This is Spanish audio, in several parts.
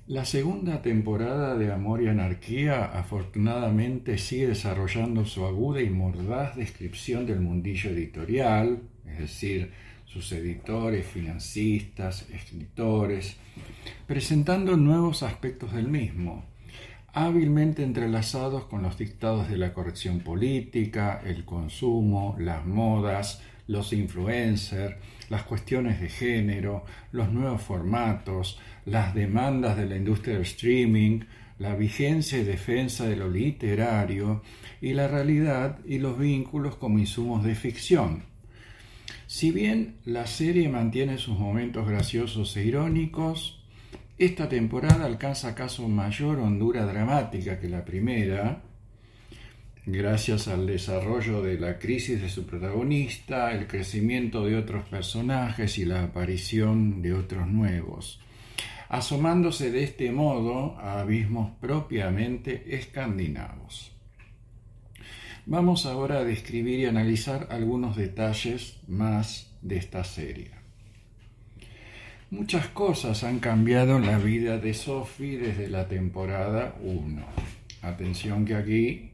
La segunda temporada de Amor y Anarquía afortunadamente sigue desarrollando su aguda y mordaz descripción del mundillo editorial, es decir, sus editores, financistas, escritores, presentando nuevos aspectos del mismo, hábilmente entrelazados con los dictados de la corrección política, el consumo, las modas, los influencers, las cuestiones de género, los nuevos formatos, las demandas de la industria del streaming, la vigencia y defensa de lo literario y la realidad y los vínculos como insumos de ficción. Si bien la serie mantiene sus momentos graciosos e irónicos, esta temporada alcanza acaso mayor hondura dramática que la primera, gracias al desarrollo de la crisis de su protagonista, el crecimiento de otros personajes y la aparición de otros nuevos, asomándose de este modo a abismos propiamente escandinavos. Vamos ahora a describir y analizar algunos detalles más de esta serie. Muchas cosas han cambiado en la vida de Sophie desde la temporada 1. Atención que aquí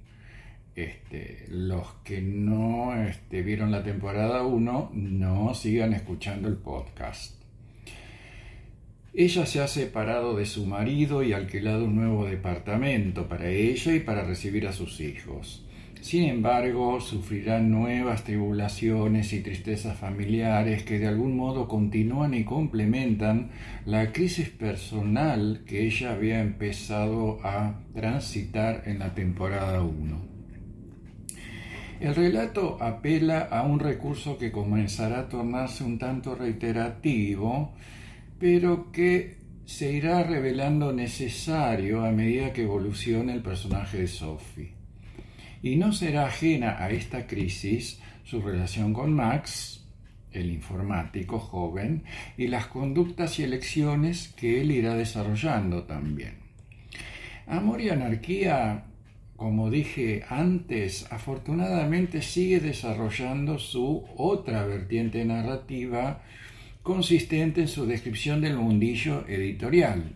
los que no vieron la temporada 1 no sigan escuchando el podcast. Ella se ha separado de su marido y alquilado un nuevo departamento para ella y para recibir a sus hijos. Sin embargo, sufrirá nuevas tribulaciones y tristezas familiares que de algún modo continúan y complementan la crisis personal que ella había empezado a transitar en la temporada 1. El relato apela a un recurso que comenzará a tornarse un tanto reiterativo, pero que se irá revelando necesario a medida que evolucione el personaje de Sophie. Y no será ajena a esta crisis su relación con Max, el informático joven, y las conductas y elecciones que él irá desarrollando también. Amor y Anarquía, como dije antes, afortunadamente sigue desarrollando su otra vertiente narrativa consistente en su descripción del mundillo editorial.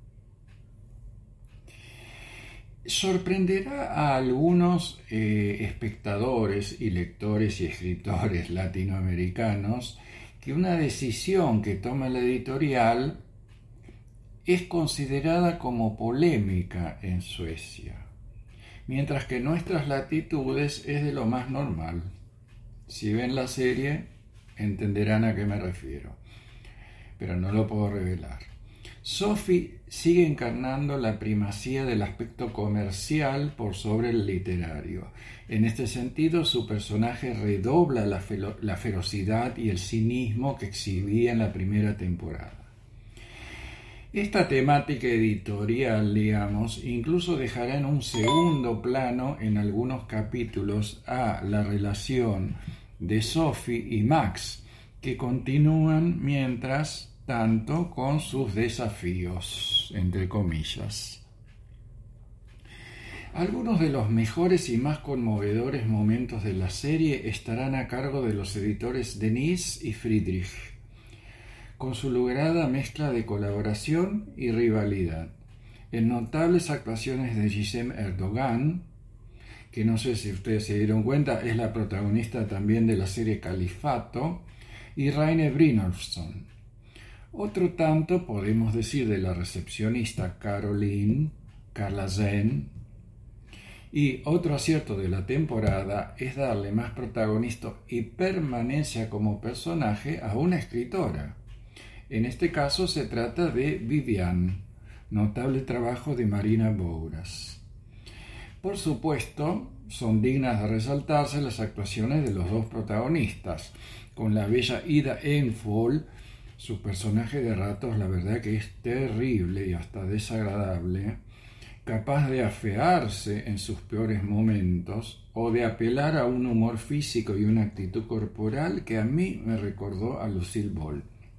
Sorprenderá a algunos espectadores y lectores y escritores latinoamericanos que una decisión que toma la editorial es considerada como polémica en Suecia, mientras que en nuestras latitudes es de lo más normal. Si ven la serie, entenderán a qué me refiero, pero no lo puedo revelar. Sophie sigue encarnando la primacía del aspecto comercial por sobre el literario. En este sentido, su personaje redobla la ferocidad y el cinismo que exhibía en la primera temporada. Esta temática editorial, digamos, incluso dejará en un segundo plano en algunos capítulos a la relación de Sophie y Max, que continúan mientras tanto con sus desafíos, entre comillas. Algunos de los mejores y más conmovedores momentos de la serie estarán a cargo de los editores Denise y Friedrich, con su lograda mezcla de colaboración y rivalidad, en notables actuaciones de Gizem Erdogan, que no sé si ustedes se dieron cuenta, es la protagonista también de la serie Califato, y Raine Brynolfsson. Otro tanto podemos decir de la recepcionista Carla Zen, y otro acierto de la temporada es darle más protagonismo y permanencia como personaje a una escritora. En este caso se trata de Vivian, notable trabajo de Marina Bouras. Por supuesto, son dignas de resaltarse las actuaciones de los dos protagonistas, con la bella Ida Enfol. Su personaje de ratos, la verdad que es terrible y hasta desagradable, capaz de afearse en sus peores momentos o de apelar a un humor físico y una actitud corporal que a mí me recordó a Lucille Ball.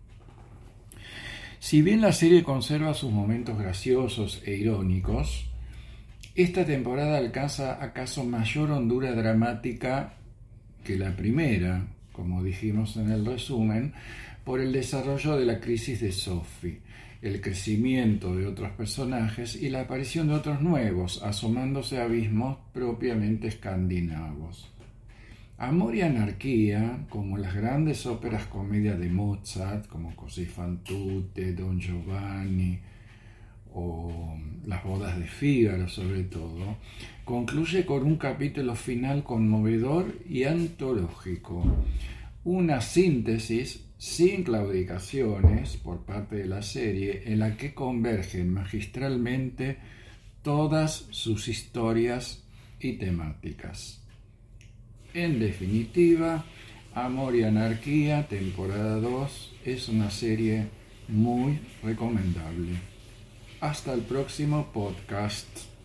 Si bien la serie conserva sus momentos graciosos e irónicos, esta temporada alcanza acaso mayor hondura dramática que la primera, como dijimos en el resumen, por el desarrollo de la crisis de Sophie, el crecimiento de otros personajes y la aparición de otros nuevos, asomándose a abismos propiamente escandinavos. Amor y anarquía, como las grandes óperas comedias de Mozart, como Così fan tutte, Don Giovanni o Las bodas de Fígaro sobre todo, concluye con un capítulo final conmovedor y antológico, una síntesis sin claudicaciones por parte de la serie en la que convergen magistralmente todas sus historias y temáticas. En definitiva, Amor y Anarquía, temporada 2, es una serie muy recomendable. Hasta el próximo podcast.